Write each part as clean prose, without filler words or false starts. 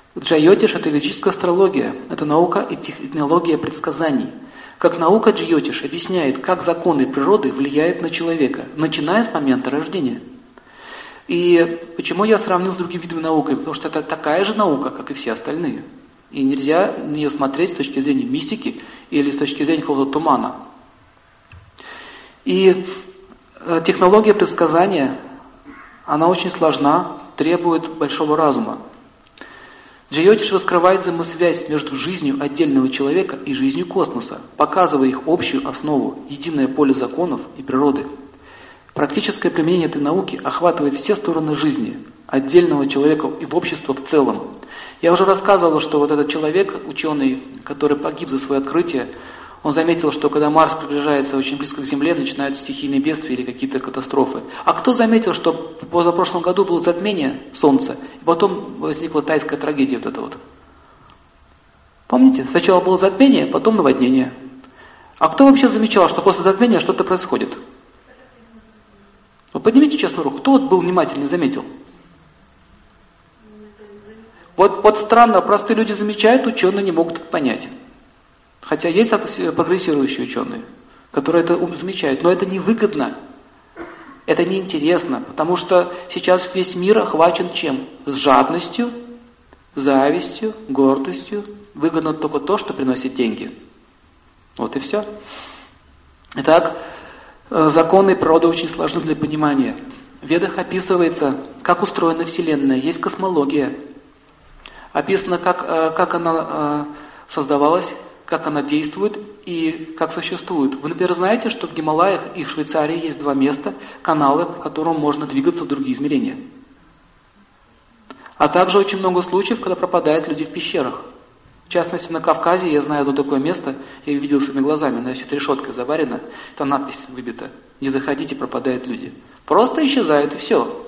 Джайотиш – это ведическая астрология, это наука и технология предсказаний. Как наука Джайотиш объясняет, как законы природы влияют на человека, начиная с момента рождения. И почему я сравнил с другими видами науки? Потому что это такая же наука, как и все остальные. И нельзя на нее смотреть с точки зрения мистики или с точки зрения какого-то тумана. И технология предсказания, она очень сложна, требует большого разума. Джайотиш раскрывает взаимосвязь между жизнью отдельного человека и жизнью космоса, показывая их общую основу, единое поле законов и природы. Практическое применение этой науки охватывает все стороны жизни, отдельного человека и в общество в целом. Я уже рассказывал, что вот этот человек, ученый, который погиб за свое открытие, он заметил, что когда Марс приближается очень близко к Земле, начинаются стихийные бедствия или какие-то катастрофы. А кто заметил, что в позапрошлом году было затмение Солнца, и потом возникла тайская трагедия вот эта вот? Помните? Сначала было затмение, потом наводнение. А кто вообще замечал, что после затмения что-то происходит? Вы поднимите честную руку. Кто вот был внимательный и заметил? Вот странно, простые люди замечают, ученые не могут это понять. Хотя есть прогрессирующие ученые, которые это замечают, но это невыгодно, это неинтересно, потому что сейчас весь мир охвачен чем? С жадностью, завистью, гордостью. Выгодно только то, что приносит деньги. Вот и все. Итак, законы природы очень сложны для понимания. В Ведах описывается, как устроена Вселенная, есть космология. Описано, как она создавалась, как она действует и как существует. Вы, например, знаете, что в Гималаях и в Швейцарии есть два места, каналы, по которым можно двигаться в другие измерения. А также очень много случаев, когда пропадают люди в пещерах. В частности, на Кавказе я знаю одно такое место, я видел своими глазами, она все решеткой заварена, там надпись выбита: «Не заходите, пропадают люди». Просто исчезают и все.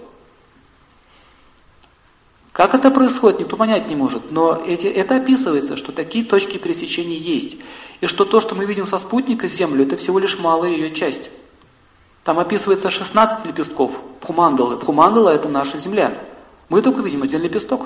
Как это происходит, никто понять не может, но это описывается, что такие точки пересечения есть, и что то, что мы видим со спутника Землю, это всего лишь малая ее часть. Там описывается 16 лепестков Бхумандалы. Бхумандала – это наша Земля. Мы только видим один лепесток.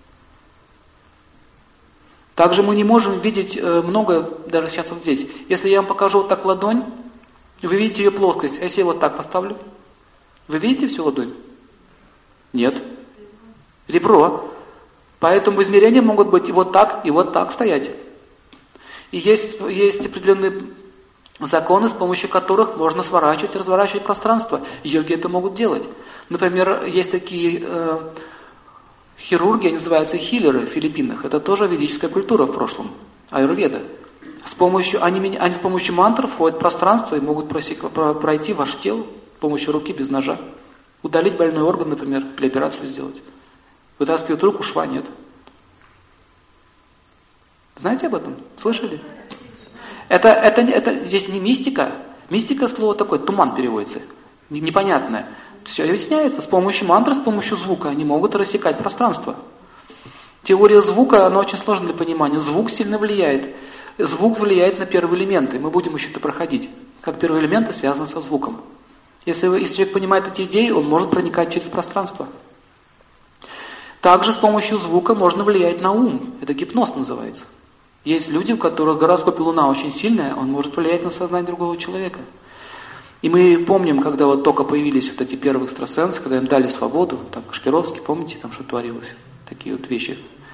Также мы не можем видеть много, даже сейчас вот здесь. Если я вам покажу вот так ладонь, вы видите ее плоскость, а если я вот так поставлю, вы видите всю ладонь? Нет. Ребро. Поэтому измерения могут быть и вот так стоять. И есть определенные законы, с помощью которых можно сворачивать и разворачивать пространство. Йоги это могут делать. Например, есть такие хирурги, они называются хиллеры в Филиппинах. Это тоже ведическая культура в прошлом, аюрведа. Они с помощью мантр входят в пространство и могут пройти ваше тело с помощью руки без ножа. Удалить больной орган, например, или операцию сделать. Вытаскивают руку, шва нет. Знаете об этом? Слышали? Это здесь не мистика. Мистика слово такое, туман переводится. Непонятное. Все объясняется. С помощью мантры, с помощью звука они могут рассекать пространство. Теория звука, она очень сложна для понимания. Звук сильно влияет. Звук влияет на первые элементы. Мы будем еще это проходить. Как первые элементы связаны со звуком. Если человек понимает эти идеи, он может проникать через пространство. Также с помощью звука можно влиять на ум. Это гипноз называется. Есть люди, у которых в гороскопе Луна очень сильная, он может влиять на сознание другого человека. И мы помним, когда вот только появились вот эти первые экстрасенсы, когда им дали свободу, там Кашпировский, помните, там что творилось, такие вот вещи.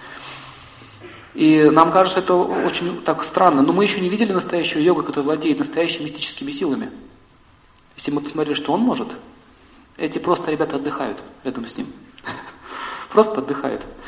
И нам кажется, это очень так странно, но мы еще не видели настоящего йога, который владеет настоящими мистическими силами. Если мы посмотрели, что он может, эти просто ребята отдыхают рядом с ним. Просто отдыхают.